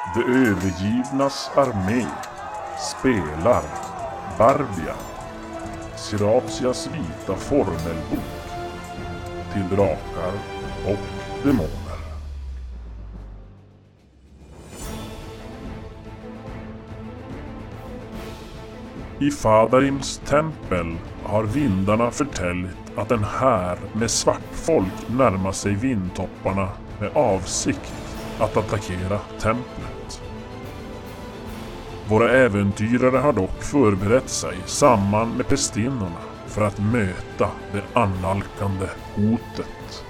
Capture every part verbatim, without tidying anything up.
De övergivnas armé spelar Barbia, Siratias vita formelbok till drakar och demoner. I Fadarims tempel har vindarna förtällt att en här med svartfolk närmar sig vindtopparna med avsikt att attackera templet. Våra äventyrare har dock förberett sig samman med pestinnorna för att möta det annalkande hotet.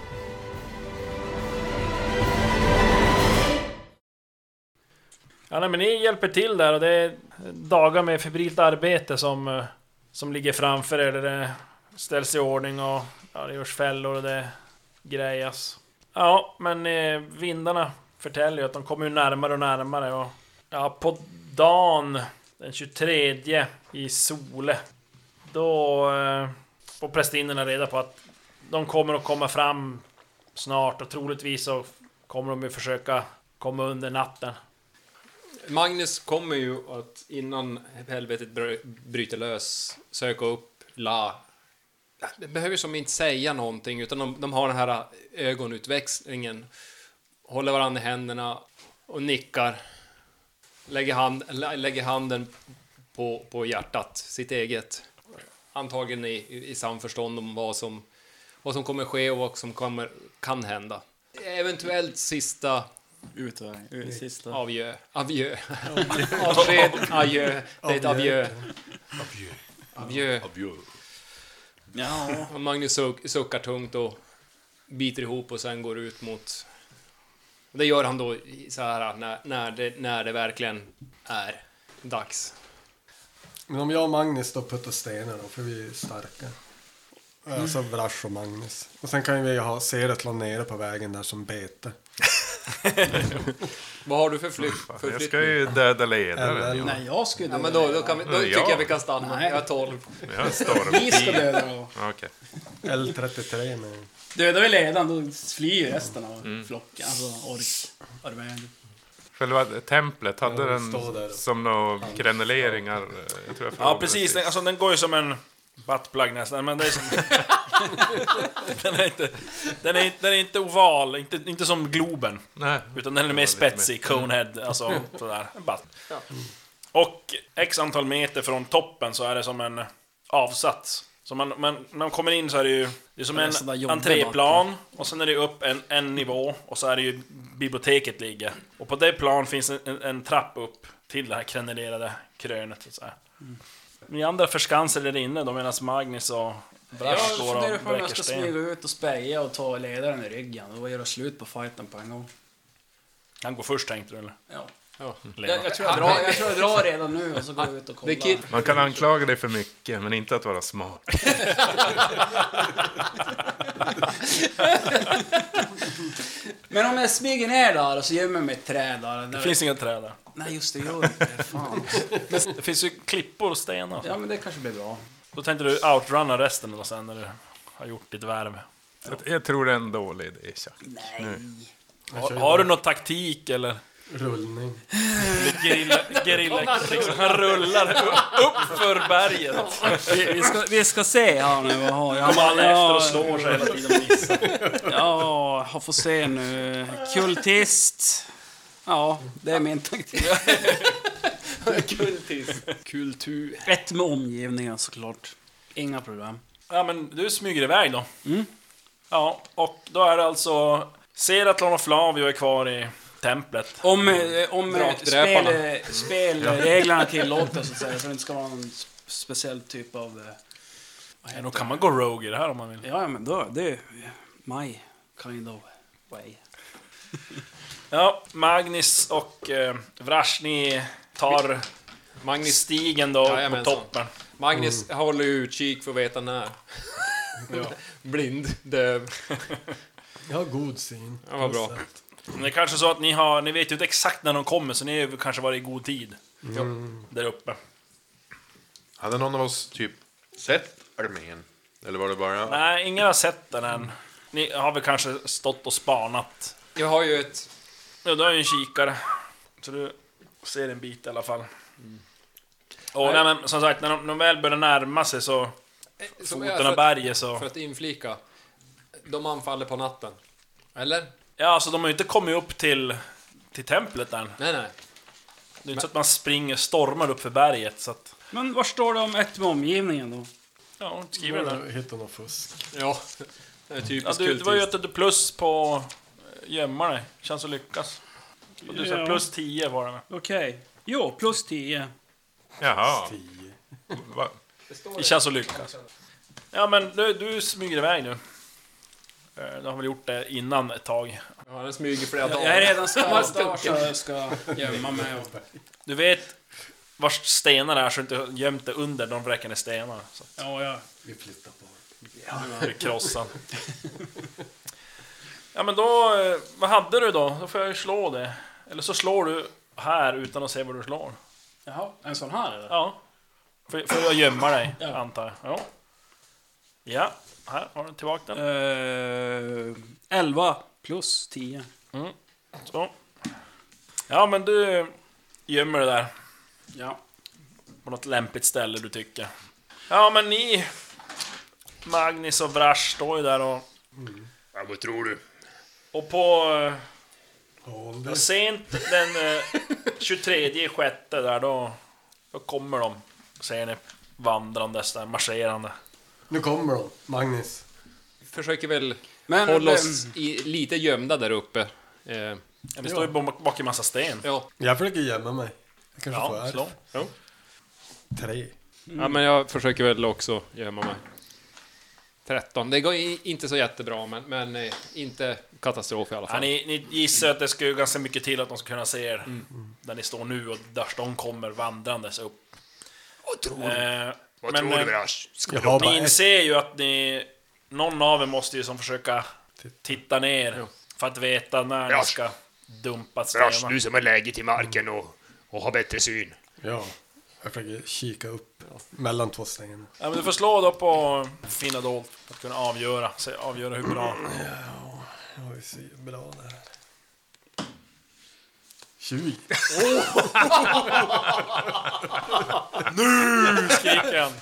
Ja, nej, men ni hjälper till där och det är dagar med febrilt arbete som, som ligger framför er. Det ställs i ordning och ja, det görs fällor och det grejas. Ja, men eh, vindarna förtäljer att de kommer närmare och närmare. Och, ja, på dagen den tjugotredje i Sole, då eh, får prästinnorna reda på att de kommer att komma fram snart och troligtvis så kommer de att försöka komma under natten. Magnus kommer ju att innan helvetet bryter lös söka upp La. Det behöver som inte säga någonting utan de, de har den här ögonutväxlingen, håller varandra i händerna och nickar, lägger, hand, lägger handen på, på hjärtat, sitt eget, antagligen i, i samförstånd om vad som, vad som kommer ske och vad som kommer, kan hända. Eventuellt sista Utväg, sista. Avjö. Avjö. Avsked. Adjö. Det är ett avjö. Adjö. Avjö. Adjö. Ja. Och Magnus suck, suckar tungt och biter ihop och sen går ut mot... Det gör han då så här när, när, det, när det verkligen är dags. Men om jag och Magnus då puttar stenar då, för vi är starka. Mm. Alltså Vrash och Magnus. Och sen kan vi ha Seretlan nere på vägen där som bete. Vad har du för flytt? För jag ska ju döda ledaren. Nej, jag skulle döda. Ja, men då, då, kan vi, då ja, tycker jag vi kan stanna. Nej. Jag har tolv. Jag står vi ska döda då. Okay. L trettiotre med... Dödar vi ledaren, då flyr resten av mm. flocken. Alltså ork. Armén. Själva templet, hade ja, den som några granuleringar? Jag tror jag ja, precis. Den, alltså, den går ju som en buttplug nästan, men det är som... den, är inte, den, är, den är inte oval, inte, inte som Globen. Nej. Utan den är mer spetsig, conehead, alltså sådär, en butt. Ja. Och x antal meter från toppen så är det som en avsats. Så man, man, när man kommer in så är det ju det är som en entréplan och sen är det upp en, en nivå och så är det ju biblioteket ligger. Och på det plan finns en, en, en trapp upp till det här krenelerade krönet så att mm. Ni andra förskansar där inne då medan Magnus och Brash står och bräcker sten. Jag ska smyga ut och speja och ta ledaren i ryggen och göra slut på fighten på en gång. Han går först tänkte du eller? Ja. Ja. Jag, jag, tror jag, drar, jag tror jag drar redan nu och så går jag ut och kollar. Man kan anklaga dig för mycket, men inte att vara smart. Men om jag smyger ner där och så gömmer mig ett träd där. Det finns inga träd där. Nej, just det, gör inte. Fan. Det finns ju klippor och stenar. Ja, men det kanske blir bra. Då tänkte du outrunna resten då sen när du har gjort ditt värv. Ja. Jag tror det är en dålig idé, Chuck. Nej. Har, har du någon taktik eller? Rullning. Gerilla, gerilla liksom. Han rullar upp för berget. Vi, vi, ska, vi ska se här nu. Vad har jag? De alla efter och slår sig hela tiden och missar. Ja, jag får se nu. Kultist. Ja, det är min taktik. Kultist. Kultur. Rätt med omgivningen såklart. Inga problem. Ja, men du smyger iväg då. Mm. Ja, och då är det alltså Seratlon och Flavio är kvar i templet. Om, om spel, spelreglerna tillåter så att säga, så det inte ska vara någon speciell typ av... Ja, då kan man gå rogue i det här om man vill. Ja, men då, det är my kind of way. Ja, Magnus och eh, Vrash, ni tar Magnus stigen då ja, på toppen. Magnus mm. håller utkik för att veta när. Ja. Blind, döv. Jag har god syn. Ja, vad bra. Det är kanske så att ni har, ni vet ju inte exakt när de kommer, så ni har kanske varit i god tid. Mm. Där uppe. Hade någon av oss typ sett armén? Eller var det bara... Nej, ingen har sett den än. Ni har väl kanske stått och spanat. Jag har ju ett... Ja, du har ju en kikare. Så du ser en bit i alla fall. Mm. Och nej, men, som sagt, när de, de väl börjar närma sig så... Foten av berget så... För att inflika. De anfaller på natten. Eller? Ja, alltså de har ju inte kommit upp till, till templet än. Nej, nej. Det är inte så att man springer, stormar upp för berget, så att... Men var står det om ett med omgivningen då? Ja, skriver det där. Hittar någon fusk. Ja, det är typiskt Ja, du, det var ju att du plus på gömma dig. Känns att lyckas. Och du sa Ja. plus tio var det med. Okej. Okay. Jo, plus tio. Jaha. Va? Det känns att lyckas. Ja, men du, du smyger iväg nu. Du har väl gjort det innan ett tag. Ja, den smyger flera Jag, dagar. jag är redan skadad så jag ska gömma mig. Och... Du vet vars stenar är så du inte gömt det under de vräckande stenarna. Så Ja, ja. Vi flyttar på. du är krossad. Ja, men då... Vad hade du då? Då får jag ju slå det. Eller så slår du här utan att se vad du slår. Jaha, en sån här eller? Ja. För, för att gömma dig, Ja. antar jag. Ja. Ja, här har du tillbaka den. Uh, elva plus tio. Mm. Så. Ja, men du gömmer det där Ja. på något lämpligt ställe du tycker. Ja, men ni, Magnus och Vrash, står ju där och... Mm. Ja, vad tror du? Och på... Håll eh, det. Sent den eh, tjugotredje sjätte där, då, då kommer de. Ser ni vandrandes där, marscherande. Nu kommer de, Magnus. Försöker väl Men, hålla men- oss i, lite gömda där uppe. Eh, Ja, vi står ju bak, bak i massa sten. ja. Jag försöker gömma mig. Jag kanske får Ja, ärr. slå. Tre. ja, men jag försöker väl också gömma mig. tretton. Det går i, inte så jättebra, men, men eh, inte katastrof i alla Ja, fall. ni, ni gissar att det ska ju ganska mycket till att de ska kunna se er där ni står nu och där de kommer vandrandes upp. Vad tror Eh, Vad men, tror du, eh, Vrash? Ska Jag vi har Ni bara ett. inser ju att ni... Någon av er måste ju som försöka titta ner Ja. för att veta när Ja. ni ska dumpa Vrash, stenar. du som har läget i marken och, och har bättre syn. Ja. Jag försöker kika upp mellan två stenar. Ja, men du får slå då på finna dolt för att kunna avgöra, se, avgöra hur bra. Ja, vi ser bra det här. tjugo. Nu skriker han.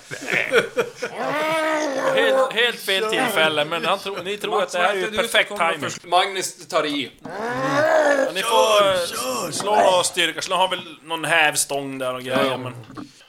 Helt, helt fel tillfälle, men han tror, ni tror att det här är ju perfekt timing. Magnus tar i. Ja, ni får eh, slå styrka, slå har väl någon hävstång där och grejer, men...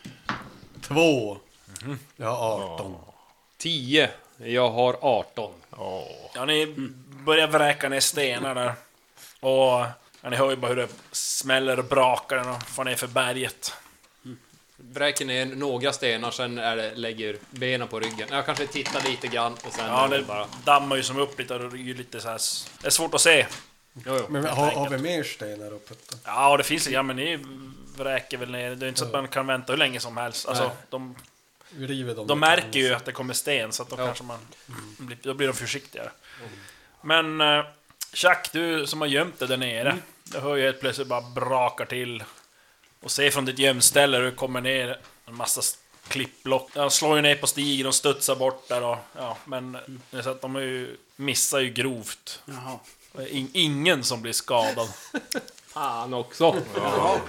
Två. Jag har arton. tio. Jag har arton. Ja, ni börjar vräka ner stenar där. Och ja, ni hör ju bara hur det smäller och brakar när de får ner för berget. Vräker ner några stenar, sen är det, lägger benen på ryggen. Jag kanske tittar lite grann och sen Ja, det bara... dammar ju som upp lite och det är ju lite så här. Det är svårt att se. Jo, jo. Men har, har vi mer stenar uppe då? Ja, det finns ju, ja, men ni vräker väl ner. Det är inte så att man kan vänta hur länge som helst. Alltså, Nej. de, Vi river dem. de märker ju att det kommer sten, så att då Ja. kanske man... blir- Då blir de försiktigare. Men uh, Chuck, du som har gömt dig där nere, du hör ju helt plötsligt bara brakar till. Och ser från ditt gömställe hur det kommer ner en massa s- klippblock. De slår ju ner på stigen och studsar bort där och, ja, men det är så att de är ju, missar ju grovt. Jaha. Det är in, ingen som blir skadad. Fan också. Ja.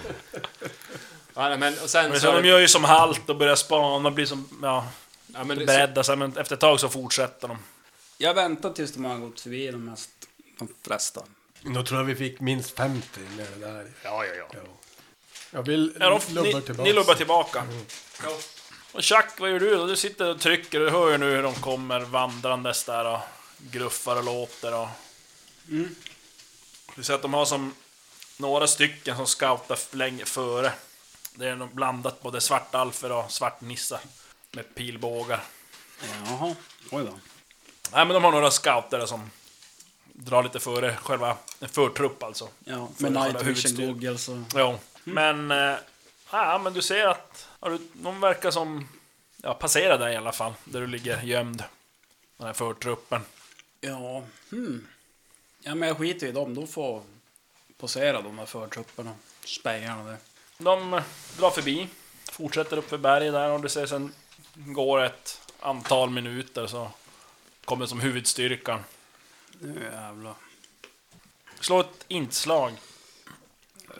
Ja, men, och sen Men så... så de gör ju som halt och börjar spana och blir som, ja, ja, men det, så, beredda sig, men efter ett tag så fortsätter de. Jag väntar tills de har gått förbi de, mest, de flesta. Då tror jag vi fick minst femtio med det där. Ja, ja, ja. Ja. Jag vill Ja, de, lubba ni, tillbaka. ni lubbar tillbaka. Ja. Och Chuck, vad gör du då? Du sitter och trycker, du hör ju nu hur de kommer vandrandes där och gruffar och låter och... Mm. Du ser att de har som några stycken som scoutar länge före. Det är nog blandat både svartalfer och svartnissar med pilbågar. Jaha, oj då. Nej, men de har några scouter som drar lite före själva en förtrupp alltså. Ja, För med själva night vision huvudstyrkan. goggles och... Jo, men... Eh, ja, men du ser att... Ja, du, de verkar som... Ja, passera där i alla fall. Där du ligger gömd. Den här förtruppen. Ja, hmm. Ja, men jag skiter i dem. De får posera de här förtrupperna. Spejarna där. De eh, drar förbi. Fortsätter upp för berget där. Och du ser sen går ett antal minuter så kommer som huvudstyrkan. Nu jävlar. Slå ett inslag.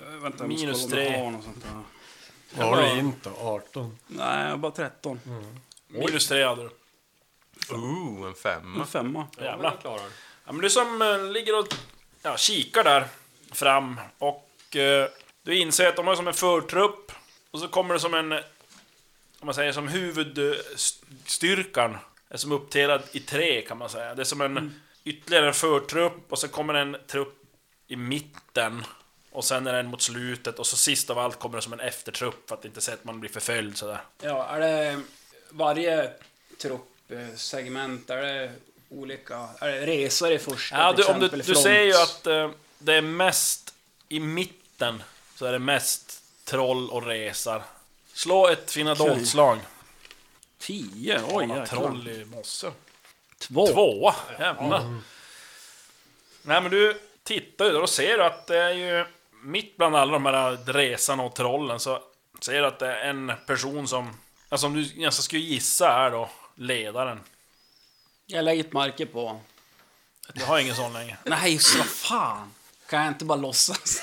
vänta, jag måste Minus kolla om tre. jag har något sånt där. Vad har du inte? arton. Nej, jag har bara tretton. Minus tre hade du. Ooh, en femma. En femma. Jävlar. Jag klarar. Ja, men du som eh, ligger och ja, kikar där fram och eh, du inser att de har som en förtrupp och så kommer det som en, om man säger som huvudstyrkan är som uppdelad i tre kan man säga. Det är som en mm. ytterligare en förtrupp och så kommer en trupp i mitten och sen är det en mot slutet och så sist av allt kommer det som en eftertrupp för att inte se att man blir förföljd sådär. Ja, är det varje truppsegment, är det olika, är det resor i första Ja, du, om du, exempel, du front? ser ju att eh, det är mest i mitten så är det mest troll och resar. Slå ett fina Okej. doltslag. Tio, oj Ja, jäklar. troll i mosse. Två. Tvåa, jävlar. Mm. Nej men du tittar ju då och ser du att det är ju mitt bland alla de här resarna och trollen så ser du att det är en person som, alltså om du nästan skulle gissa är då ledaren. Jag lägger ett marker på. Du har ingen sån längre. Nej, just vad fan. Kan jag inte bara låtsas?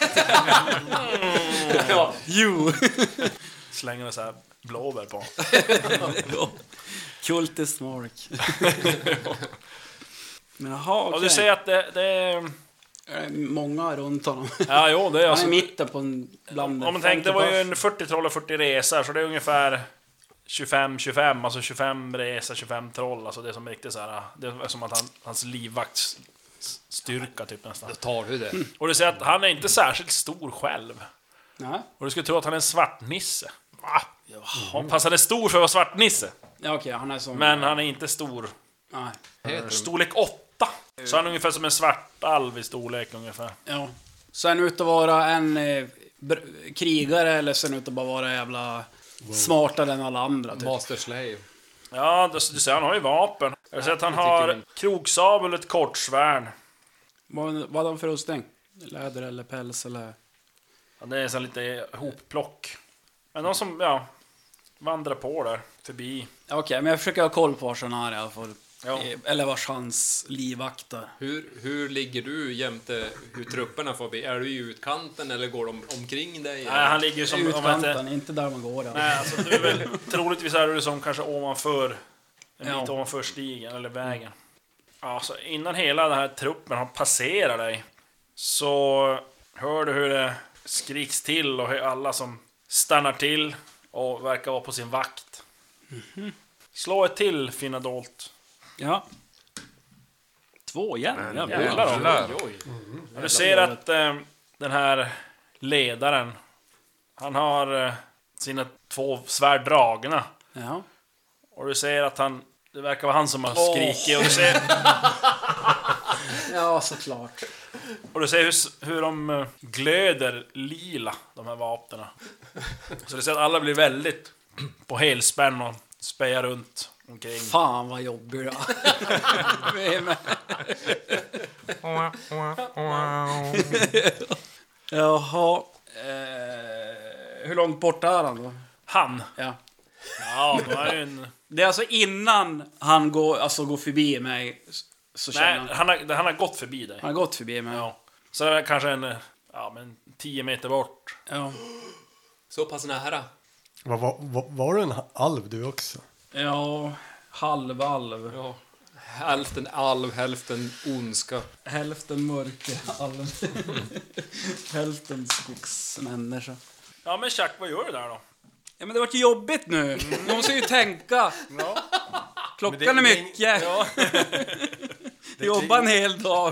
Ja, jo. Slänger det så här blåbär på. Kultist Mark. Men jaha, okej. Och du ser att det, det är... Är det många runt honom? Ja, jo, det är Han är alltså... i mitten på en bland... Om man tänkte, det var ju en fyrtio troll och fyrtio resor, så det är ungefär tjugofem tjugofem, alltså tjugofem resor, tjugofem troll, alltså det är som riktigt så här, det är som att han, hans livvakts styrka typ nästan. Då tar du det. Och du ser att han är inte särskilt stor själv. Ja, Och du skulle tro att han är en svartnisse. Va? Jaha, fast han är stor för att vara svartnisse. ja okej, han är som... Men han är inte stor. Nej. Storlek åtta. Så han är ungefär som en svartalv i storlek ungefär. Ja. Så han ut att vara en eh, br- krigare eller sen ut att bara vara jävla smartare än alla andra typ. Master Slave. Ja, du, du ser han har ju vapen. Jag ser att han har krogsabel och ett kortsvärd. Vad, vad har de för rustning? Läder eller päls eller... Ja, det är så lite hopplock. Men de som, ja, vandrar på där, förbi. Ja, okej, men jag försöker ha koll på vars han är i alla fall. Ja. Eh, Eller vars hans livvaktar. Hur, hur ligger du jämte hur trupperna får bli? Är du i utkanten eller går de omkring dig? Nej, han ligger ju som... om man Utkanten, inte, inte där man går. Ja. nej, alltså du är väl... Troligtvis är du som kanske ovanför... En Ja. bit ovanför stigen, eller vägen. Ja, så innan hela den här truppen har passerat dig så hör du hur det skriks till och hur alla som stannar till och verkar vara på sin vakt. Slå ett till, fina dolt. Ja. Två igen. Jävlar. Jävlar. Oj, oj. Och du ser att eh, den här ledaren, han har eh, sina två svärd dragna. Ja. Och du ser att han, det verkar vara han som har skrikit. Och du ser, Ja, såklart. och du ser hur, hur de eh, glöder lila, de här vapnena. Så du ser att alla blir väldigt på helspänn och spejar runt omkring. Fan vad jobbig du är. Jaha. Eh, hur långt bort är han då? Han? Ja. Ja, då är ju en... Det är alltså innan han går, alltså går förbi mig så känner Nej, han... han har, han har gått förbi dig. Han har gått förbi mig. Ja. Så är det kanske en, ja men tio meter bort. Ja. Så pass nära. Var, var, var, var du en alv du också? Ja, halvalv. Ja. Hälften alv, hälften ondska. Hälften mörkeralv. Hälften skogsmänniska. Ja men Chuck, vad gör du där då? Ja men det vart ju jobbigt nu. Jag måste ju tänka. Ja. Klockan är mycket. Ja. Jobba en hel dag.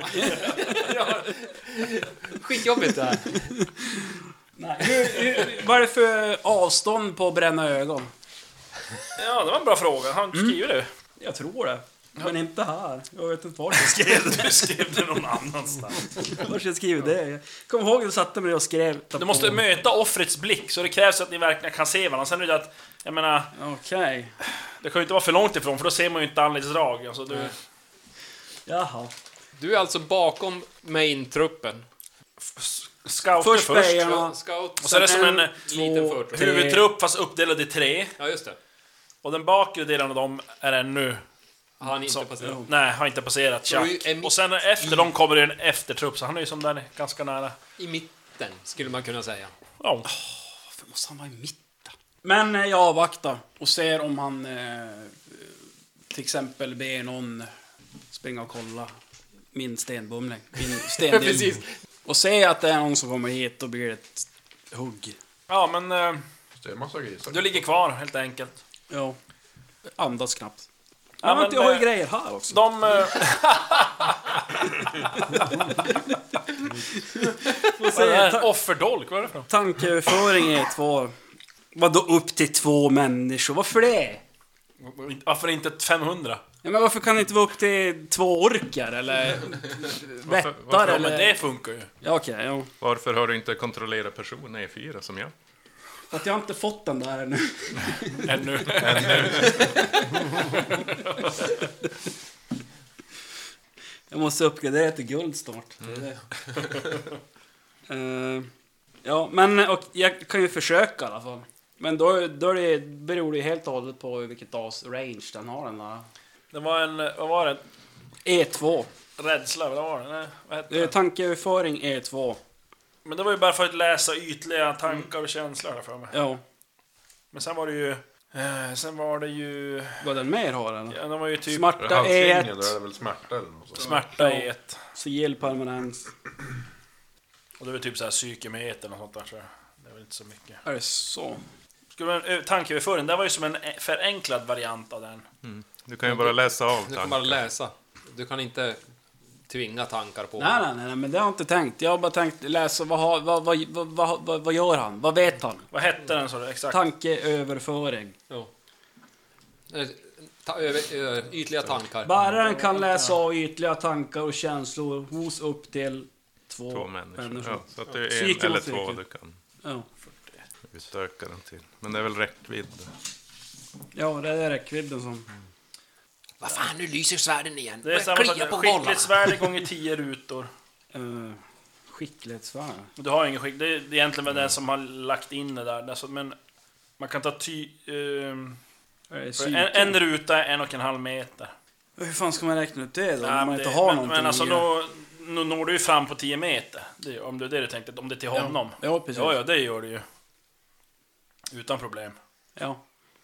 Skitjobbigt det här. Nej. Hur, hur, vad är det för avstånd på bränna ögon? Ja, det var en bra fråga. Har du skrivit det? Jag tror det. Men inte här. Jag vet inte var jag Skrev du skrev det någon annanstans? Var jag skrivit det? Jag kommer ihåg att du satte mig och skrev. Du måste möta offrets blick, så det krävs att ni verkligen kan se varandra. Sen är det att, jag menar, Okej. det kan ju inte vara för långt ifrån, för då ser man ju inte anletsdrag. Alltså, du, Jaha. Du är alltså bakom main-truppen. scouter Först först. spejarna. Scout. Och så är det som en eh, liten två, förtrupp. tre. huvudtrupp fast uppdelad i tre. Ja, just det. Och den bakre delen av dem är ännu... Har han inte Så- passerat? Nej, har inte passerat Så Chuck. är mitt Och sen efter dem kommer det en eftertrupp, så han är ju som där ganska nära. I mitt, mitten, skulle man kunna säga. Ja. Varför måste han vara i mitten? Men eh, jag avvaktar och ser om han eh, till exempel ber någon springa och kolla min stenbumling. Min stendel. Precis. Och ser att det är någon som kommer hit och blir ett hugg. Ja, men eh, Det är en massa grisar. du ligger kvar helt enkelt. Ja. Andas knappt. Ja, Ja, men, men jag har ju eh, grejer här också. De... Eh, vad är det här? Offerdolk, vad är det för något? Tankeöverföring är två. Vadå upp till två människor? Varför det? Varför inte ett femhundra? Ja, men varför kan det inte vara upp till två orkar eller vättar varför- Ja, eller... men det funkar ju. Ja, okej, ja. Varför har du inte kontrollerat person E fyra som jag? För att jag har inte fått den där ännu. Ännu. Jag måste uppgradera till guld snart. Det är det. Eh, ja, men och jag kan ju försöka i alla fall. Men då, då är det, beror det helt och hållet på vilket dags range den har den där. Det var en... Vad var det? E två. Rädsla, vad var det? Nej, vad hette Eh, det? Tankeöverföring E två. Men det var ju bara för att läsa ytliga tankar och känslor där för mig. Ja. Men sen var det ju... Eh, sen var det ju... Vad den mer har eller? Ja, de var ju typ... Smärta E Halsringen, ett. då är det väl smärta eller något sånt. Smärta i ett. Sigill permanens. Och det var typ så här psykemeter och sånt där, så det var inte så mycket. Är det så? Skulle man, ö, tankeöverföring, det var ju som en eh, förenklad variant av den. Du kan ju bara läsa av Du kan bara tankar. läsa. Du kan inte tvinga tankar på Nej, nej, nej, men det har jag inte tänkt. Jag har bara tänkt läsa, vad, har, vad, vad, vad, vad, vad, vad gör han? Vad vet han? Vad hette den så det exakt? Tankeöverföring. Ja. Eh, Ta, över, ö, ytliga tankar. Bäraren kan läsa av ytliga tankar och känslor hos upp till två, Två människor. människor. Ja, så att det är Psyke en eller mot två psyke. du kan Ja. utöka den till. Men det är väl räckvidd. Ja, det är räckvidden som... Vad fan, nu lyser svärden igen. Det är samma Klia sak, på bollarna. skickligt svärd gånger tio rutor. Uh, skicklighetsvärde. Du har ingen skick, det är egentligen väl den som har lagt in det där. Alltså, men man kan ta ty... ehm, Är det för psyke? en, en ruta är en och en halv meter. Hur fan ska man räkna ut det då? Ja, om man men inte det- har men, någonting men alltså i det? då, nu når du ju fram på tio meter. Det, om det är det du tänkte, om det är till honom. Ja, precis. Ja, ja, det gör du ju. Utan problem. Ja.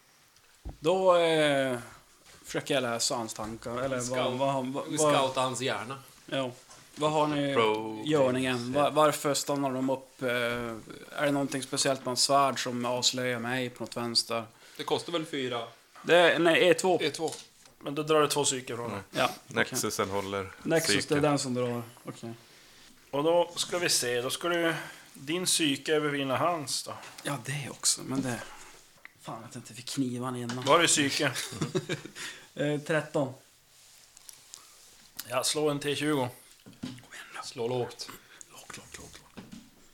Då eh, försöker jag läsa hans tankar. Eller vad, Scout. vad, vad, vad, Scouta hans hjärna. ja. Vad har ni Pro- görningen? Var, varför stannar de upp? Eh, är det någonting speciellt med hans svärd som avslöjar mig på något vänster? Det kostar väl fyra? Det är, nej, E två. E två. Men då drar du två psyker från det. Ja, Nexusen håller Nexus, psyke. det är den som drar. Okej. Och då ska vi se, då ska du... Din psyke övervinna hans då. Ja, det också, men det... Fan att jag inte fick knivan innan. Var är psyke? Eh, tretton. Ja, slå en T tjugo. Slå lågt. Lågt, lågt, lågt, lågt.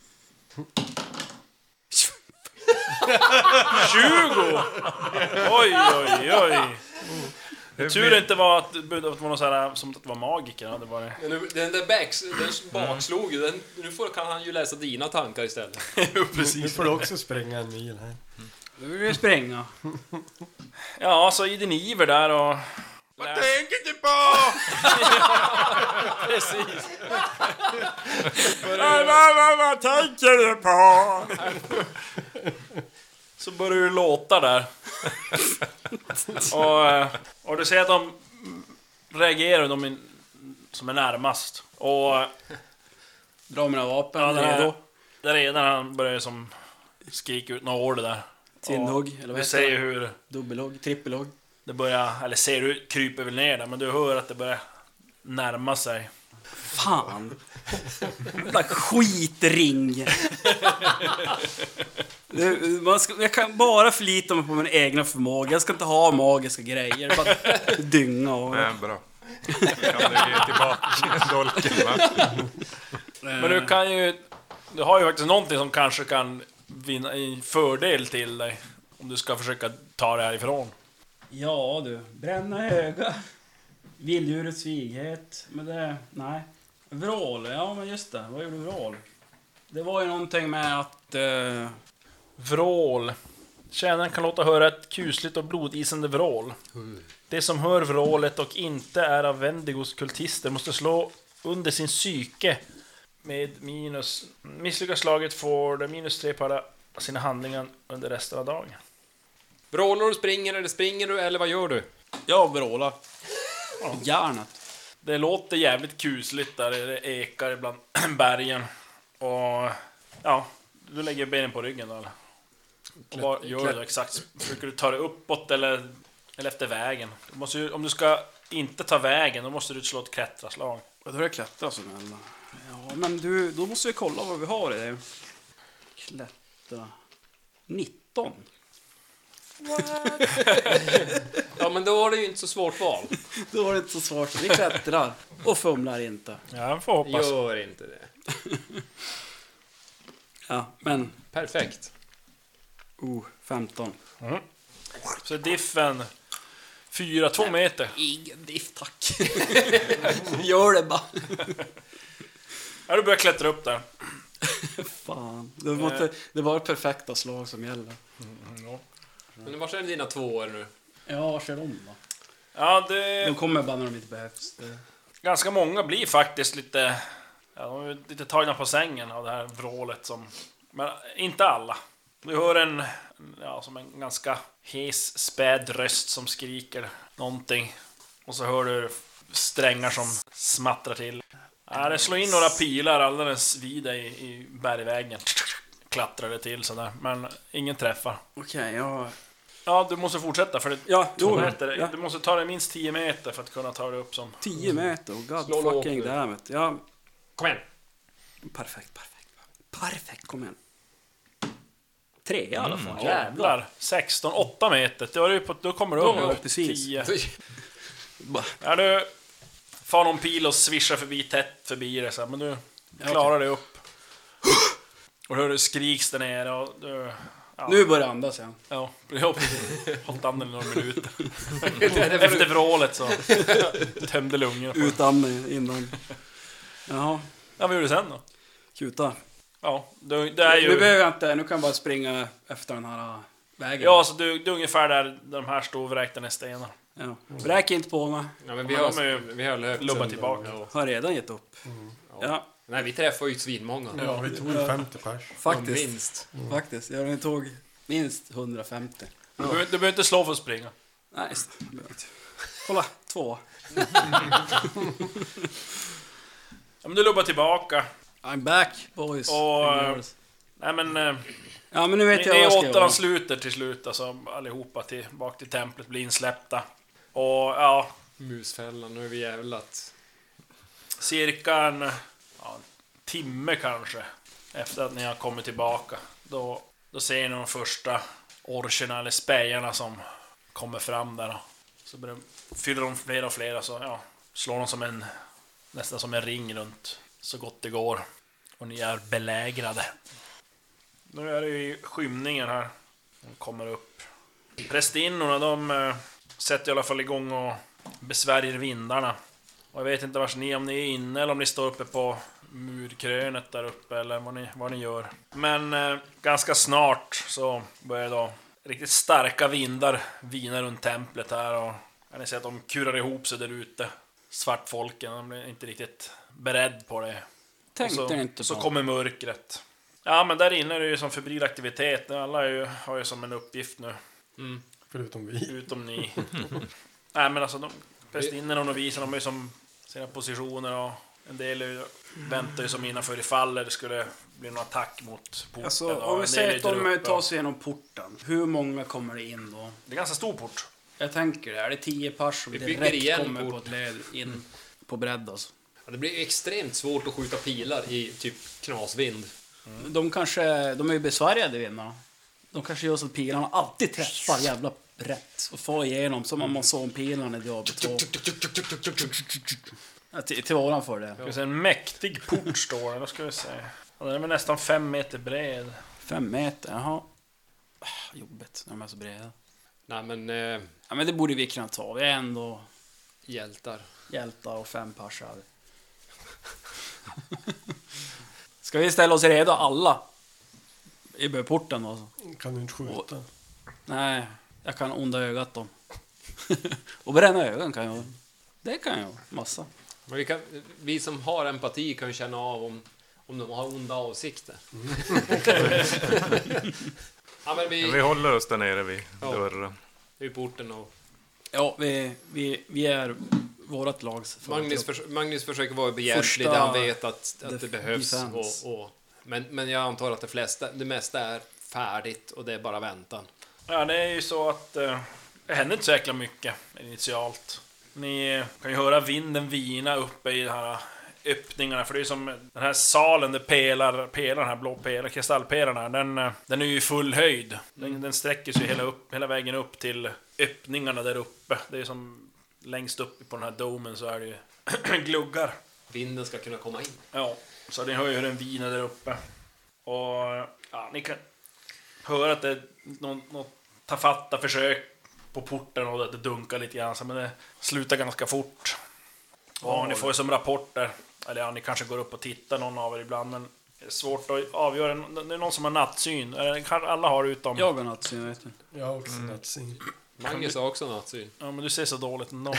tjugo! Oj, oj, oj. Tur det inte var att det var någon så här, som att det var magiker. Det var det. Men nu, den där backs, den bakslog ju. Den, nu får, kan han ju läsa dina tankar istället. Nu får du också springa en mil här. Nu vill vi springa. Ja, så i din iver där och... Vad tänker du på? Precis. Vad, vad, vad tänker du på? Så börjar du låta där. och, eh, och du ser att de reagerar, de är, som är närmast. Och Dra mina vapen, ja, redo. där, där redan han börjar som skrika ut några order där. Tindhugg, eller Du vad ser heter ju det? hur Dubbelhugg, trippelhugg. det börjar, eller ser du kryper väl ner där, men du hör att det börjar närma sig. Fan. Jävla skitring. Det- Man ska, jag kan bara förlita mig på min egna förmåga. Jag ska inte ha magiska grejer. Bara dynga och... Nej, bra. Då kan du ge tillbaka dolken, va? Men du kan ju, du har ju faktiskt någonting som kanske kan vinna i fördel till dig om du ska försöka ta det härifrån. Ja du, bränna öga. Vilddjurets vighet. Men det... Nej. Vrål, ja men just det. Vad gjorde vrål? Det var ju någonting med att... Eh, Vrål. Tjänaren kan låta höra ett kusligt och blodisande vrål. Det som hör vrålet och inte är av Wendigos kultister måste slå under sin psyke med minus... Misslyckas slaget får det minus tre på alla sina handlingar under resten av dagen. Vrålar du, springer eller springer du, eller vad gör du? Jag vrålar. Järnet. Det låter jävligt kusligt där, det ekar bland bergen. Och ja, du lägger benen på ryggen då, eller? Och vad gör du exakt? Försöker du ta dig uppåt eller, eller efter vägen? Du måste ju, om du ska inte ta vägen, då måste du slå ett klättraslag. Ja, då är det klättra som gäller. Ja, men du, då måste vi kolla vad vi har i det. Klättra. nitton. Ja, men då var det ju inte så svårt val. Då var det inte så svårt. Vi klättrar och fumlar inte. Ja, jag får hoppas. Gör inte det. Ja, men... Perfekt. Oh, femton. Mm. Så diffen fyra, två meter. Ingen diff, tack. Gör det bara. Ja, du börjar klättra upp där. Fan. Det var, inte, det var perfekta slag som gäller. Mm, ja. Men var är dina två år nu? Ja, vad kör de då? Ja, det... De kommer bara när de inte behövs. Det... Ganska många blir faktiskt lite... Ja, de är lite tagna på sängen av det här vrålet som... Men inte alla. Du hör en... Ja, som en ganska hes, späd röst som skriker någonting. Och så hör du strängar som smattrar till. Ja, det slår in några pilar alldeles vid dig i bergväggen. Klättrar det till sådär. Men ingen träffar. Okej, okay, ja... Ja, du måste fortsätta för det ja, två jo, meter. Ja. Du måste ta dig minst tio meter för att kunna ta dig upp som... tio meter? Oh god Slå fucking damn it. Ja. Kom igen. Perfekt, perfekt. Perfekt, kom igen. Tre i alla fall. Mm, jävlar. sexton, åtta meter. Det var ju på, då kommer du upp. Ja, precis. tio. Ja, du får någon pil och svischar förbi tätt förbi det så här, men du klarar dig upp. Och då hör du skriks där nere och du... Ja. Nu börjar andas igen. Ja, jag har hållit andan i några minuter. Efter vrålet så tömde lungorna. Utandning innan. Jaha. Ja, vad gjorde du sen då? Kuta. Ja, det, det är ju... Nu behöver jag inte, nu kan jag bara springa efter den här vägen. Ja, så du, du är ungefär där de här står vräkta i stenar. Ja. Vräk inte på mig. Ja, men vi Ja, har, de är ju vi har löpt lubbat sönder. tillbaka. Ja. Har redan gett upp. Mm. Ja, Nej, vi träffar ju svinmånga. Ja, vi tog ju femtio pers. faktiskt. Minst. Mm. Faktiskt. Jag ni tog minst hundrafemtio. Du, behöver, du behöver inte slå för att springa. Nej, just det. Behöver inte. Kolla, två. Ja, men du lubbar tillbaka. I'm back, boys. Och... and girls. Nej, men... eh, Ja, men nu vet Ni, jag ni vad jag ska åttan göra. sluter till slut, alltså allihopa tillbaka till templet blir insläppta. Och ja, Musfällan, nu är vi jävlat. cirka en, ja, en timme kanske efter att ni har kommit tillbaka. Då, då ser ni de första orcherna eller spejarna som kommer fram där. Då. Så börjar, fyller de fler och fler, så ja, slår de som en, nästan som en ring runt så gott det går. Och ni är belägrade. Nu är det ju skymningen här. De kommer upp. Prästinnorna, de äh, sätter i alla fall igång och besvärjer vindarna. Och jag vet inte vars ni, om ni är inne eller om ni står uppe på murkrönet där uppe eller vad ni, vad ni gör. Men äh, ganska snart så börjar då riktigt starka vindar vina runt templet här. Och kan ni se att de kurar ihop sig där ute. Svartfolken, de är inte riktigt beredd på det. Tänkte och så, inte på. så kommer mörkret. Ja, men där inne är det ju som febril aktivitet. Alla är ju, har ju som en uppgift nu. Mm. Förutom vi. Utom ni. Nej, men alltså, de prästinnorna och noviserna, de är ju som sina positioner och en del är ju, väntar ju som innanför ifall det skulle bli någon attack mot porten. Alltså, och om en vi del säger är att de där uppe tar och- sig igenom porten. Hur många kommer det in då? Det är ganska stor port. Jag tänker det. Är det tio pers som Vi bygger direkt igen kommer port. på ett led in på bredd alltså? Ja, det blir extremt svårt att skjuta pilar i typ knasvind. De kanske, de är ju besvärjade vinnarna. De kanske gör så att pilarna alltid träffar jävla rätt och får igenom som om man såg en pilarna i Diablo två. Ja, till, till våran för det. Ska vi säga, en mäktig port står det, vad ska vi säga. Ja, den är väl nästan fem meter bred. Fem meter, jaha. Ah, jobbigt när de är så breda. Nej, men eh, Ja, men det borde vi kunna ta. Vi är ändå hjältar. hjältar och fem pers här. Ska vi ställa oss redo alla? I porten då? Kan du inte skjuta? Nej, jag kan onda ögat dem. Och bränna ögon kan jag. Det kan jag, massa. Men vi, kan, vi som har empati kan ju känna av om, Om de har onda avsikter. Ja, men vi... Ja, vi håller oss där nere vid Ja. dörren. vid porten och... Ja, vi, vi, vi är vårat lags... Magnus, förs Magnus försöker vara behjälplig Första där han vet att, att det def- behövs. defense. Och, och, men, men jag antar att det, flesta, det mesta är färdigt och det är bara väntan. Ja, det är ju så att eh, det händer inte så jäkla mycket initialt. Ni kan ju höra vinden vina uppe i de här öppningarna, för det är som den här salen där pelar, pelar den här blå pelar, kristallpelaren här, den, eh, den är ju i full höjd. Den, den sträcker sig hela, upp, hela vägen upp till öppningarna där uppe. Det är som längst upp på den här domen så är det ju gluggar. Vinden ska kunna komma in. Ja, så ni hör ju hur den viner där uppe. Och ja, ni kan höra att det är något, något tafatta försök på porten och att det dunkar lite grann, men det slutar ganska fort. Och ni får ju som rapporter, eller ja, ni kanske går upp och tittar någon av er ibland, men det är svårt att avgöra. Det är någon som har nattsyn, alla har utom... Jag har nattsyn, vet du. Jag har också mm. nattsyn. Magnus har också nattsyn. Ja, men du ser så dåligt ändå.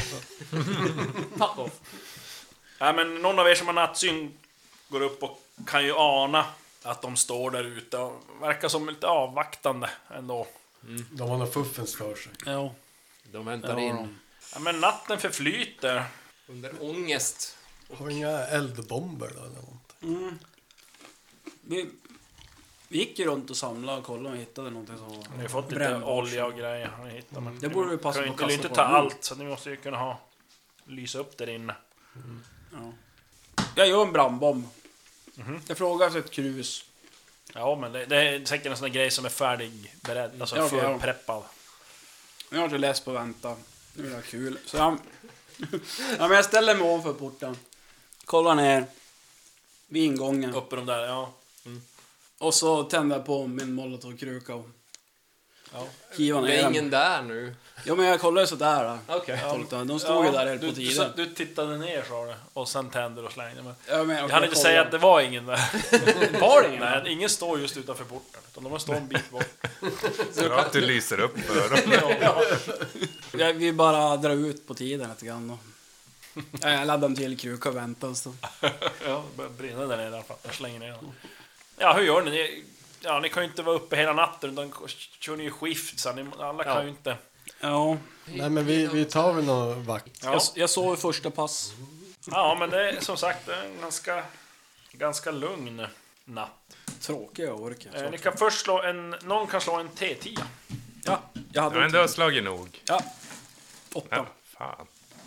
Så. Ja, men någon av er som har nattsyn går upp och kan ju ana att de står där ute och verkar som lite avvaktande ändå. Mm. De har något fuffens för sig. Ja. De väntar Ja, in. Ja, men natten förflyter. Under ångest. Har vi inga eldbomber då eller något? Mm. Vi, vi gick ju runt och samlade och kollade och hittade någonting som... Ni har fått lite brännbart. olja och grejer. Har ni hittat, men Det borde vi passa kan på ju att inte, kasta inte på ta dem. allt, så ni måste ju kunna ha lysa upp där inne. Ja. Jag gör en brandbomb. Mhm. Jag frågar efter ett krus. Ja, men det, det är säkert en sån där grej som är färdig beredd, alltså Ja, okej, ja. förpreppad. Jag har inte läst på vänta. Nu är det kul. Så jag... ja, men jag ställer mig ovanför porten. Kollar ner. Vid ingången. Uppe de där, ja. Och så tänder jag på min molotovkruka och Ja. kivar Det ner är den. ingen där nu. Ja, men jag kollar ju sådär. Okej. Okay. De stod ju där helt du, på du, tiden. du tittade ner, sa du, och sen tände och slängde. Men Ja, men jag hann inte säga att det var ingen där. var det ingen. Nej, ingen står just utanför porten, utan de har stått en bit bort. Så att du lyser upp för dem. Ja, vi bara drar ut på tiden lite grann då. Ja, jag laddar till kruka och väntar och så. Ja, det börjar brinna där nere i alla fall. Jag slänger ner den. Ja, hur gör ni? ni? Ja, ni kan ju inte vara uppe hela natten, utan kör ni ju skift, så ni, alla kan Ja. ju inte... Ja, Nej men vi, vi tar väl någon vakt. Ja, jag, jag sov i första pass. ja men det är som sagt det är en ganska, ganska lugn natt. Tråkiga orkar. Eh, ni kan först slå en... Någon kan slå en T tio. Ja, jag hade... Men du har slagit nog. Ja, åtta. Ja, fan.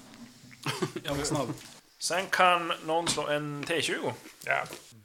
Jag var snabb. Sen kan någon slå en T tjugo. Ja.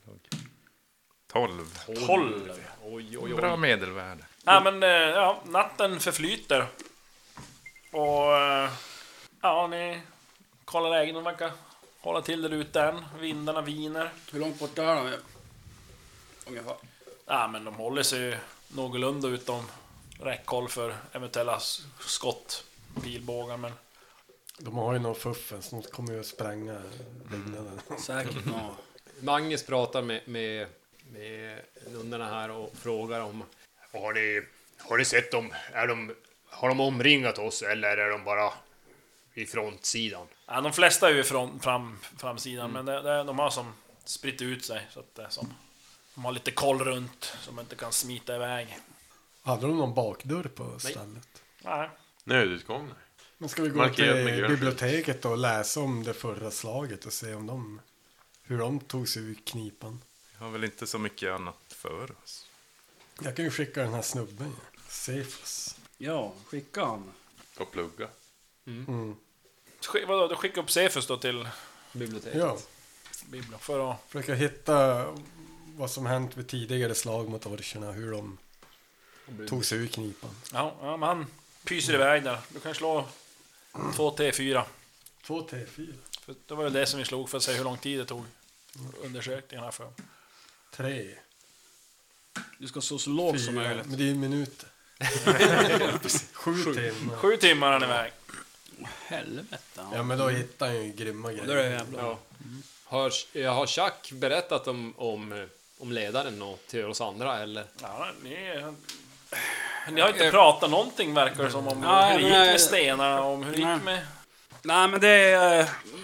tolv. tolv. Oj, oj, oj. Bra medelvärde. Ja, men eh, ja, natten förflyter. Och... eh, Ja, ni kollar läget. De verkar hålla till där ute än. Vindarna viner. Hur långt bort är de? Ungefär. Ja, men de håller sig någorlunda utom räckhåll för eventuella s- skott, pilbågar, men... De har ju någon fuffens, de kommer ju att spränga byggnaden. Säkert nå. Magnus pratar med, med, med nunnorna här och frågar om... Har ni, har ni sett dem? Är de? Har de omringat oss eller är de bara i frontsidan? Ja, de flesta är ju från fram, framsidan, men det, det, de har som spritt ut sig, så att det är som... De har lite koll runt, som inte kan smita iväg. Hade de någon bakdörr på stället? Nej. Nödutgång. Men ska vi gå Markerat med till grön. biblioteket och läsa om det förra slaget och se om de... Hur de tog sig ur knipan. Vi har väl inte så mycket annat för oss. Jag kan ju skicka den här snubben. Safes. Ja, skicka han. Och plugga. Mm. Skick, vadå, du skickar upp Cephus då till Biblioteket. Ja, Bibeln för att... försöka hitta vad som hänt vid tidigare slag mot orcherna. Hur de tog sig ur knipan. Ja, ja, men han pyser iväg där. Du kan slå två T fyra. Två T fyra. För det var ju det som vi slog för att se hur lång tid det tog undersökningarna för. Tre. Du ska så så lågt som Fyra. möjligt. Men det är ju minuter. Sju timmar. Sju timmar han iväg. Helvete. Ja men då hittar han ju grymma Då är det grejer. jävla... Ja. Har, jag har Chuck berättat om, om, om ledaren och till oss andra, eller? Ja, ni, ni har inte pratat någonting verkar det som om Nej, hur det gick nej. med stenarna, om hur det Nej. gick med... Nej, men det är...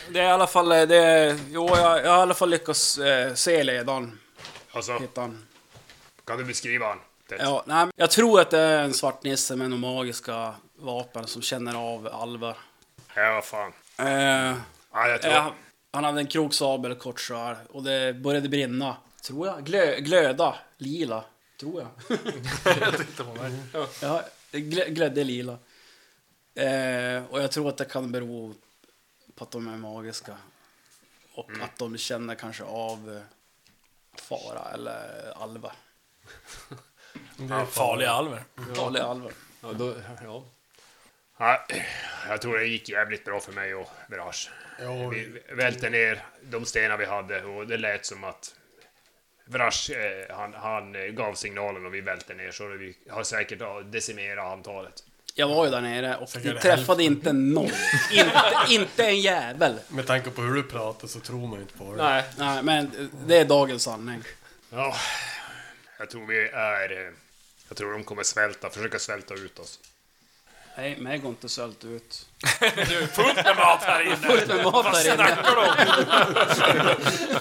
Det är i alla fall... Det är, jo, jag, jag har i alla fall lyckats eh, se ledaren. Alltså, Heter han. kan du beskriva han? Ja, nej, jag tror att det är en svart nisse med några magiska vapen som känner av alvar. Ja, vad fan. Eh, Ja, jag tror... eh, han hade en kroksabel, kort svärd, och det började brinna. Tror jag. Glö, glöda. Lila. Tror jag. Jag tittar på mig. Ja, det glö, glödde lila. Eh, och jag tror att det kan bero på att de är magiska. Och Mm. att de känner kanske av eh, fara eller alva. Ja, farliga alver. Farliga alvar. Ja, då, ja. Ja, jag tror det gick jävligt bra för mig och Virage. Jo, Vi välte ner de stenar vi hade och det lät som att Virage, eh, han, han eh, gav signalen och vi välte ner så vi har säkert ja, decimerat antalet. Jag var ju där nere och Så vi är det träffade inte någon. inte, inte en jävel. med tanke på hur du pratar så tror man ju inte på det. Nej, Nej, men det är dagens sanning. Ja, jag tror vi är... eh, Jag tror de kommer svälta, försöka svälta ut oss. Nej, mig går inte sölt ut. Du är fullt med mat här inne. Fullt med mat Vad där inne. snackar du om?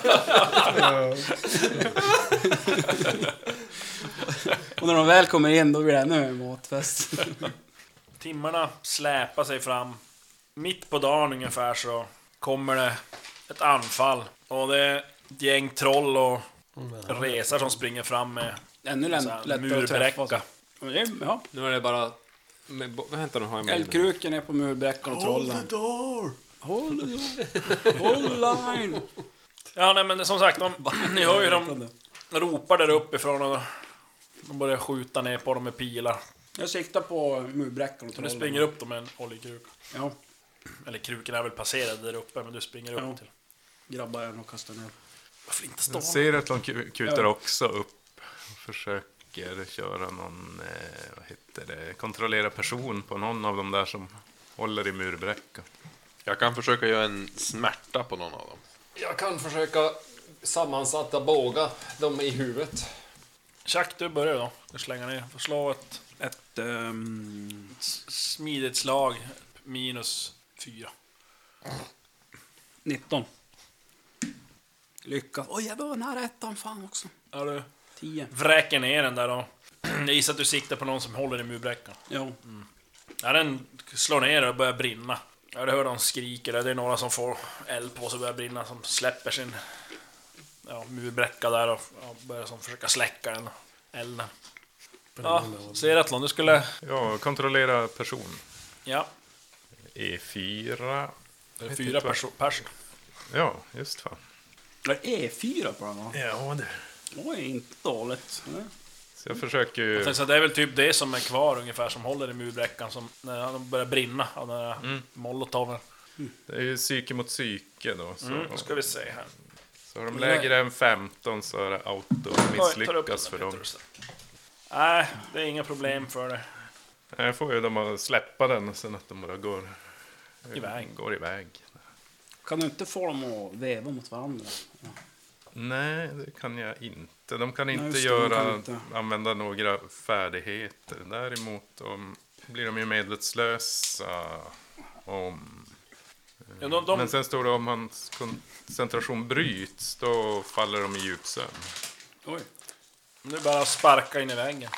Och när de väl kommer in då blir det ännu en matfest. Timmarna släpar sig fram. Mitt på dagen ungefär så kommer det ett anfall. Och det är ett gäng troll och resar som springer fram med Ännu så lä- här lättare att träffa. murbräcka. Och det är- Ja, nu är det bara... Med, bo- vad händer nu? Har jag med mig? eldkruken är på murbräckan och trollen. door! Hold the door! Hold line! Ja, nej, men som sagt, de, ni hör ju de ropar där uppifrån och de börjar skjuta ner på dem med pilar. Jag siktar på murbräckan och Så du trollen. springer upp dem med en oljekruk. Ja, Eller kruken är väl passerad där uppe, men du springer upp Ja. till. grabbar jag och kastar ner. Varför inte stå? Jag ser att de ku- kutar Ja. också upp och försöker köra någon, eh, vad heter det, kontrollera person på någon av de där som håller i murbräckan. Jag kan försöka göra en smärta på någon av dem. Jag kan försöka sammansatta båga dem i huvudet. Chuck, du börjar då. Du slänger ner. Får slå ett, ett um, smidigt slag. Minus fyra. nitton. Lyckas. Oj, jag var nära ettan fan också. Ja, du tio. vräker ner den där och jag gissar att du siktar på någon som håller i murbräckan. Jo. Ja, den slår ner och börjar brinna. Ja, du hör de skriker. Det är några som får eld på sig och börjar brinna. Som släpper sin ja, murbräcka där och ja, börjar som försöka släcka den elden. Ja, Seratlon, du skulle... Ja, kontrollera person. Ja, E fyra. det är fyra perso- personer. Ja, just fan. Det är E fyra på den va? Ja, det. Oj, inte dåligt. Så jag försöker ju... Jag så det är väl typ det som är kvar ungefär som håller i murbräckan som när de börjar brinna av den där Mm. molotoven. Det är ju psyke mot psyke då. Så, Mm, nu ska vi se här. så har de lägre än femton så är det auto Oj, tar upp misslyckas den, för dem. heter det så. Nej, det är inga problem för det. Jag får ju dem att släppa den och sen att de bara går Iväg. Går iväg. Kan du inte få dem att veva mot varandra? Ja. Nej, det kan jag inte. De kan inte just det, de göra, kan inte. använda några färdigheter. Däremot om, blir de ju medvetslösa om... Ja, de, de, Men sen står det om hans koncentration bryts, då faller de i djupsömn. Oj. nu bara sparka in i väggen.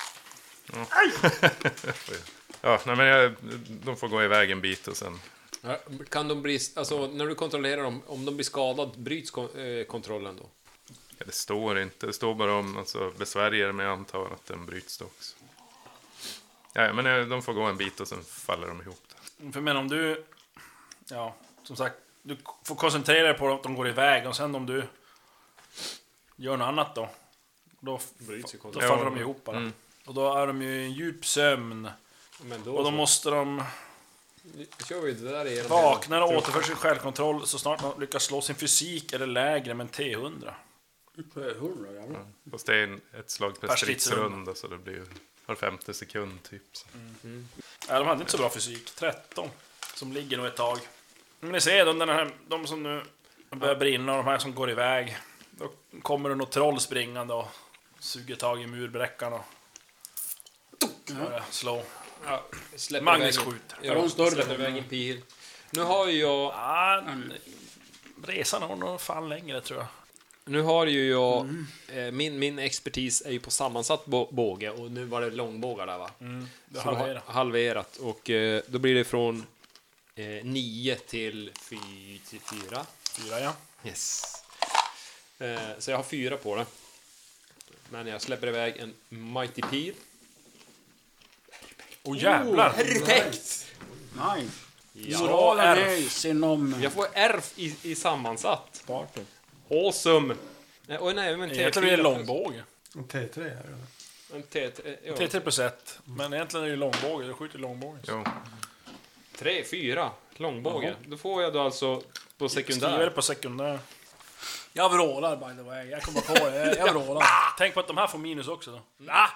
Ja, nej, men jag, de får gå iväg en bit och sen... Ja, kan de bli, alltså när du kontrollerar dem, om de blir skadade, bryts kon, eh, kontrollen då? Ja, det står inte. Det står bara om alltså, besvärjer, men jag antar att den bryts då också. Ja, men eh, de får gå en bit och sen faller de ihop. För men om du... Ja, som sagt, du får koncentrera dig på att de går iväg och sen om du gör något annat då, då, Bryts ju då kontrollen. faller Ja, de ihop bara. mm. Och då är de ju i en djup sömn. Men då, Och då så- måste de Då kör vi det där igen. vakna och återför sin självkontroll så snart man lyckas slå sin fysik eller lägre med en T hundra. hundra jävlar. Fast det är en, ett slag per, Per stridsrunda, så det blir var femte sekund typ. Så. Ja, de hade inte så bra fysik. tretton. Som ligger nog ett tag. Men ni ser, de, den här, de som nu börjar brinna och de här som går iväg. Då kommer det något troll springande och suger tag i murbräckan och börjar slå. Ja, släpper Magnus iväg- skjuter. Ja, de större? släpper iväg en pil. Nu har ju jag... Ah, resan har nog fan längre tror jag. Nu har ju jag... Mm. Eh, min, min expertis är ju på sammansatt båge. Och nu var det långbågar där va? Mm, det har halverat. halverat. Och eh, då blir det från eh, nio till fy, till fyra. Fyra, ja. Yes. Eh, så jag har fyra på det. Men jag släpper iväg en Mighty Peel. Åh oh, jävlar! Perfekt! Nej. Ja. Moralen är inom... Jag får R i, i sammansatt. Party. Awesome! Nej, oj, nej, men egentligen är det långbåge. En T tre är det. En T tre, ja. T tre plus ett. Men egentligen är det långbåge. Du skjuter långbåge. Jo. tre, fyra. Långbåge. Uh-huh. Då får jag då alltså på sekundär. Skriver det på sekundär. Jag vrålar by the way. Jag kommer på det. Jag, jag vrålar. Tänk på att de här får minus också då. Ah!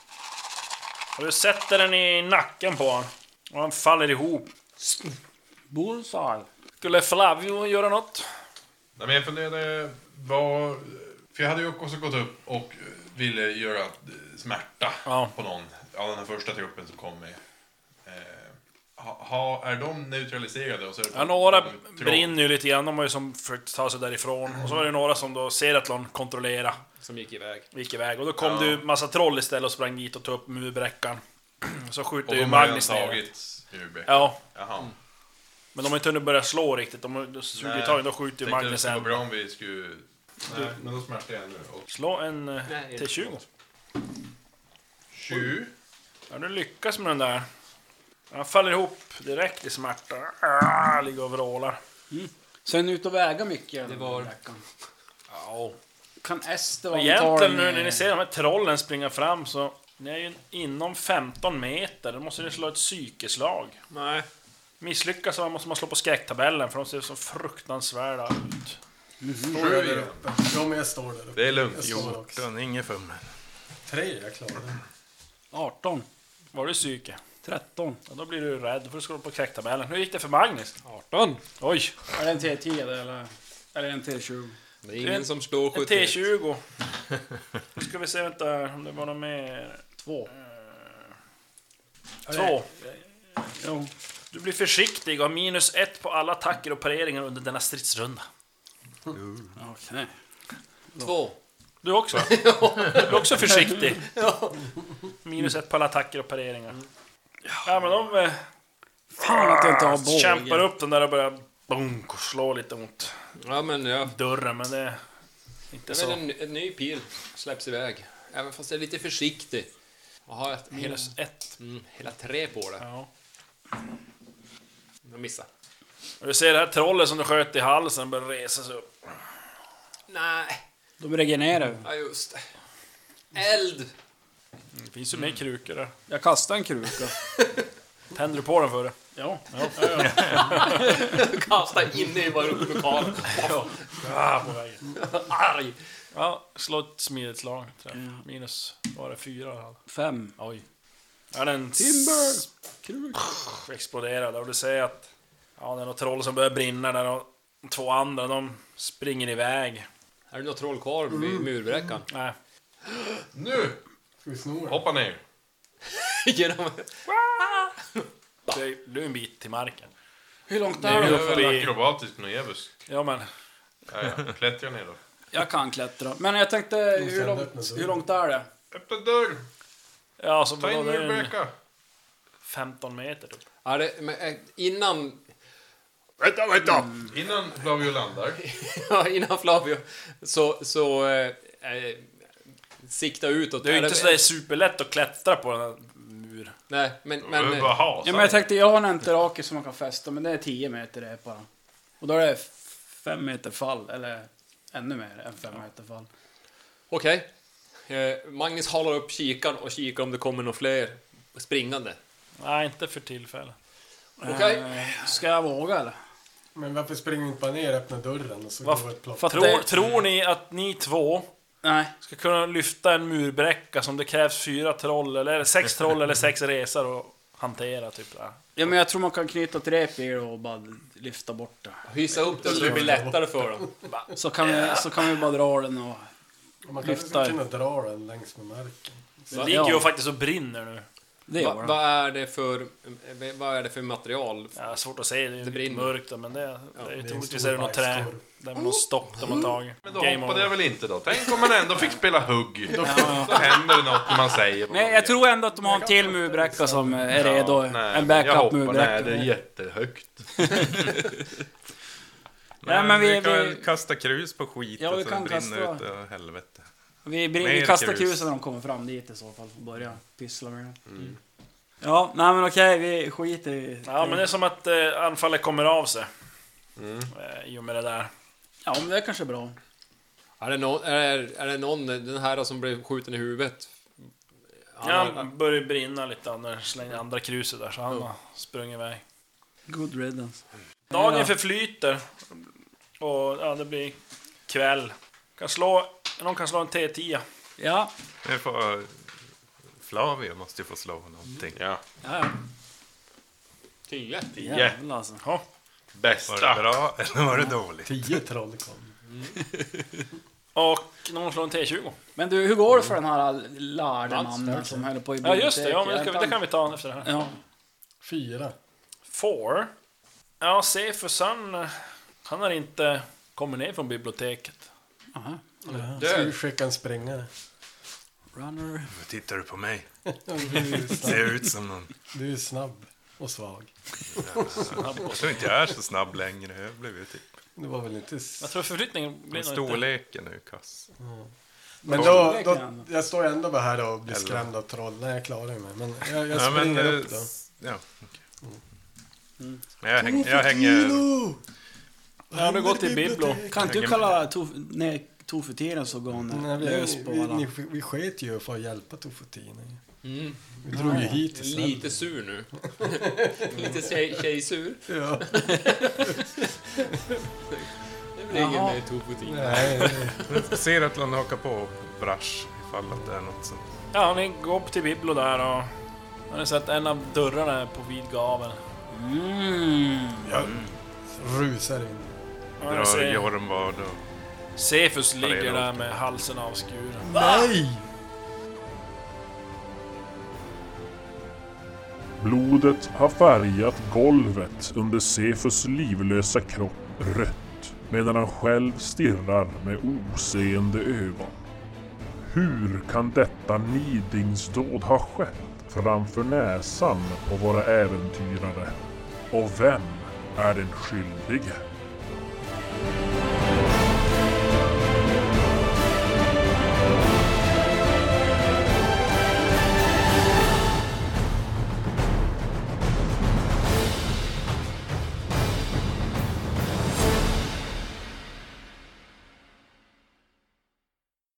Och du sätter den i nacken på honom. Och han faller ihop. Bullseye. Skulle Flavio göra något? Nej, men jag funderade vad... För jag hade ju också gått upp och ville göra smärta ja. på någon av den här första truppen som kom med. Eh, ha, ha, är de neutraliserade? Och så är det ja, några brinner ju lite grann. De har ju som försökt ta sig därifrån. Mm. Och så var det några som då Seratlon kontrollera. Som gick iväg. Gick iväg. Och då kom ja. du massa troll istället och sprang dit och tog upp murbräckan. Så skjuter ju och Magnus ner. Tagit ja. Jaha. Mm. Men de har inte hunnit börja slå riktigt. De har suger tag, då skjuter ju Magnus en. Det bra om vi skulle... Nej, men då smärtar jag nu. Och... Slå en Nej, T tjugo. tjugo. Ja, du lyckas med den där. Han faller ihop direkt i smärta. Ah, ligger och vrålar. Mm. Sen ut och väga mycket. Det var... Ja. Kan Esteban egentligen nu när ni ser de här trollen springa fram så... Ni är ju inom femton meter. Då måste ni slå ett psykeslag. Nej. Misslyckas så måste man slå på skräcktabellen. För de ser så fruktansvärda ut. Mm-hmm. Står jag där uppe? Ja, men jag står där uppe. Det är lugnt. Jo, den ingen fummel. Tre, jag klarar det. arton. Var det psyke? tretton. Ja, då blir du rädd. Då får du slå på skräcktabellen. Hur gick det för Magnus? arton. Oj. Är det en T tio eller? Eller en T tjugo? Det är ingen en, som slår sjuttioett. En T tjugo. Nu ska vi se, vänta, om det var något mer. Två. Uh, två. Jo. Du blir försiktig och har minus ett på alla attacker och pareringar under denna stridsrunda. Mm. Okej. Två. Du också? Du är också försiktig. Ja. Minus ett på alla attacker och pareringar. Ja, men de... Eh, Fan att jag inte har båge. Kämpar upp den där och börjar bunk och slå lite mot ja, men, ja. dörren, men det är inte ja, så. Men en, en ny pil släpps iväg. Även fast jag är lite försiktig. Jag har ett, minus hela, ett. Mm, hela tre på det. Ja. Jag missar. Och du ser det här trollet som du sköt i halsen börjar resa sig upp. Nej. De regenerar. Ja, just det. Eld! Det finns ju mer krukor där. Jag kastar en kruka. Tänder du på den för det? Ja. Ja, ja, ja. Kasta inne i vår lokal. Ja. Ah, på vägen. Arg! Ja, slå ett smidigt slag. Mm. Minus, var det fyra? Fem. Oj. Ja, den Timber! Kruk. Exploderade och du ser att ja, det är något troll som börjar brinna där och de två andra, de springer iväg. Är det något troll kvar vid mm. murbräckan? Nej. Nu! Ska vi snora? Hoppa ner. Genom... Du, du är en bit till marken. Hur långt Det är är det? ju en akrobatisk noebusk. Ja, men... Ja, ja. Klättrar ner då. Jag kan klättra. Men jag tänkte, hur långt, hur långt är det? Öppna dörr! Ja, så Ta in det är en murbräcka! femton meter typ. Ja, det, men, äh, innan... Vänta, vänta! Mm. Innan Flavio landar. ja, innan Flavio. Så... så äh, äh, sikta utåt. Det är ju inte så det är superlätt att klättra på den här mur. Nej, men... men men ja, men jag tänkte, jag har en enterake som man kan fästa, men det är tio meter det är bara. Och då är det fem meter fall, eller ännu mer än fem meter fall. Okej. Okay. Eh, Magnus håller upp kikan och kikar om det kommer några fler springande. Nej, inte för tillfället. Okej. Okay. Eh, ska jag våga eller? Men varför springer vi inte bara ner, öppna dörren och så Varför? går vi ett plopp? Tror, det... tror ni att ni två Nej. ska kunna lyfta en murbräcka som det krävs fyra troll, eller sex troll eller sex resor och hantera typ där? Ja, men jag tror man kan knyta ett rep i det och bara lyfta bort det. Hysa upp det så det blir lättare för dem. Så kan vi, så kan vi bara dra den och... Man kan lyfta. kunna dra den längs med marken. Det ligger ju faktiskt och brinner nu. Det Va, gör vad är det för vad är det för material? Ja, svårt att se, det är Det ju brinner. mörkt då, men det, det är ju det är en troligtvis stor är det något trä. bajskorv. Det är något stopp de har tagit. Men då Game hoppade over. jag väl inte då. Tänk om man ändå fick spela hugg. Då, då händer det något när man säger vad Men man jag vet. tror ändå att de har en till murbräcka som är redo. Ja, nej, En men jag backup hoppar, nej, murbräcka. det är jättehögt. Ja, men vi- vi kan vi- kasta krus på skit Ja, vi och så kan brinner kasta- ut av helvete. Vi, brin- vi Mer kastar krus. krusen när de kommer fram dit i så fall. Och börja pyssla med det. Ja, nej men okej, vi skiter i... Ja, men det är som att eh, anfallet kommer av sig. Eh, I och med det där. Ja, men det är kanske bra. Är det, någon, är, är det någon, den här som blev skjuten i huvudet? Han Ja, har- han börjar brinna lite när han slänger andra kruset där, så han har sprungit iväg. Good riddance. Dagen Ja. förflyter. Och ja, det blir kväll. Kan slå, någon kan slå en T tio. Ja, Det får, Flavio måste ju få slå någonting. Ja. ja, ja. Tio. Jävlar alltså. Ja. Var Bästa. det bra eller var det dåligt? Tio troll kom. Och någon slår en T tjugo. Men du, hur går det för den här lärden Mats, som höll på i Ja, just det. Ja, men det, biblioteket? ska, vi- det kan vi ta efter det här. Ja. Fyra. Four. Ja, Cephus han, eh, han har inte kommit ner från biblioteket. Aha. Ska vi skicka en springare? Runner. Vad tittar du på mig? Du är snabb, Ser ut som någon... du är snabb och svag. Jag tror inte jag är så snabb längre. Jag blev ju typ... Det var väl inte... s- Jag tror förflyttningen blir Men nog inte... storleken är ju kass. Men då, då, jag står ju ändå bara här och blir skrämd av troll. Nej, jag klarar mig. Men jag, jag Ja, men... springer eh, upp då. Ja, okej. Men jag, häng, jag hänger... Ja, du går till Biblo. Kan inte du kalla tof- ner Tofutinen så går hon Nej, vi, lös vi, på vi, alla. ni, vi sket ju för att hjälpa Tofutinen. Mm. Vi drog ju hit istället. Lite sur nu. Lite tjej, tjejsur. Ja. Det blir ingen Jaha. mer tofotin. Nej, nej. Jag ser att han hakar på Brash ifall att det är något som... Ja, ni går upp till Biblo där och... Har ni sett en av dörrarna är på vid gavel. Mm. Jag rusar in. Ja, ni drar ser Jormvad och... Cephus ligger redo. där med halsen avskuren. Nej! Blodet har färgat golvet under Cephus livlösa kropp rött medan han själv stirrar med oseende ögon. Hur kan detta nidingsdåd ha skett framför näsan på våra äventyrare? Och vem är den skyldige?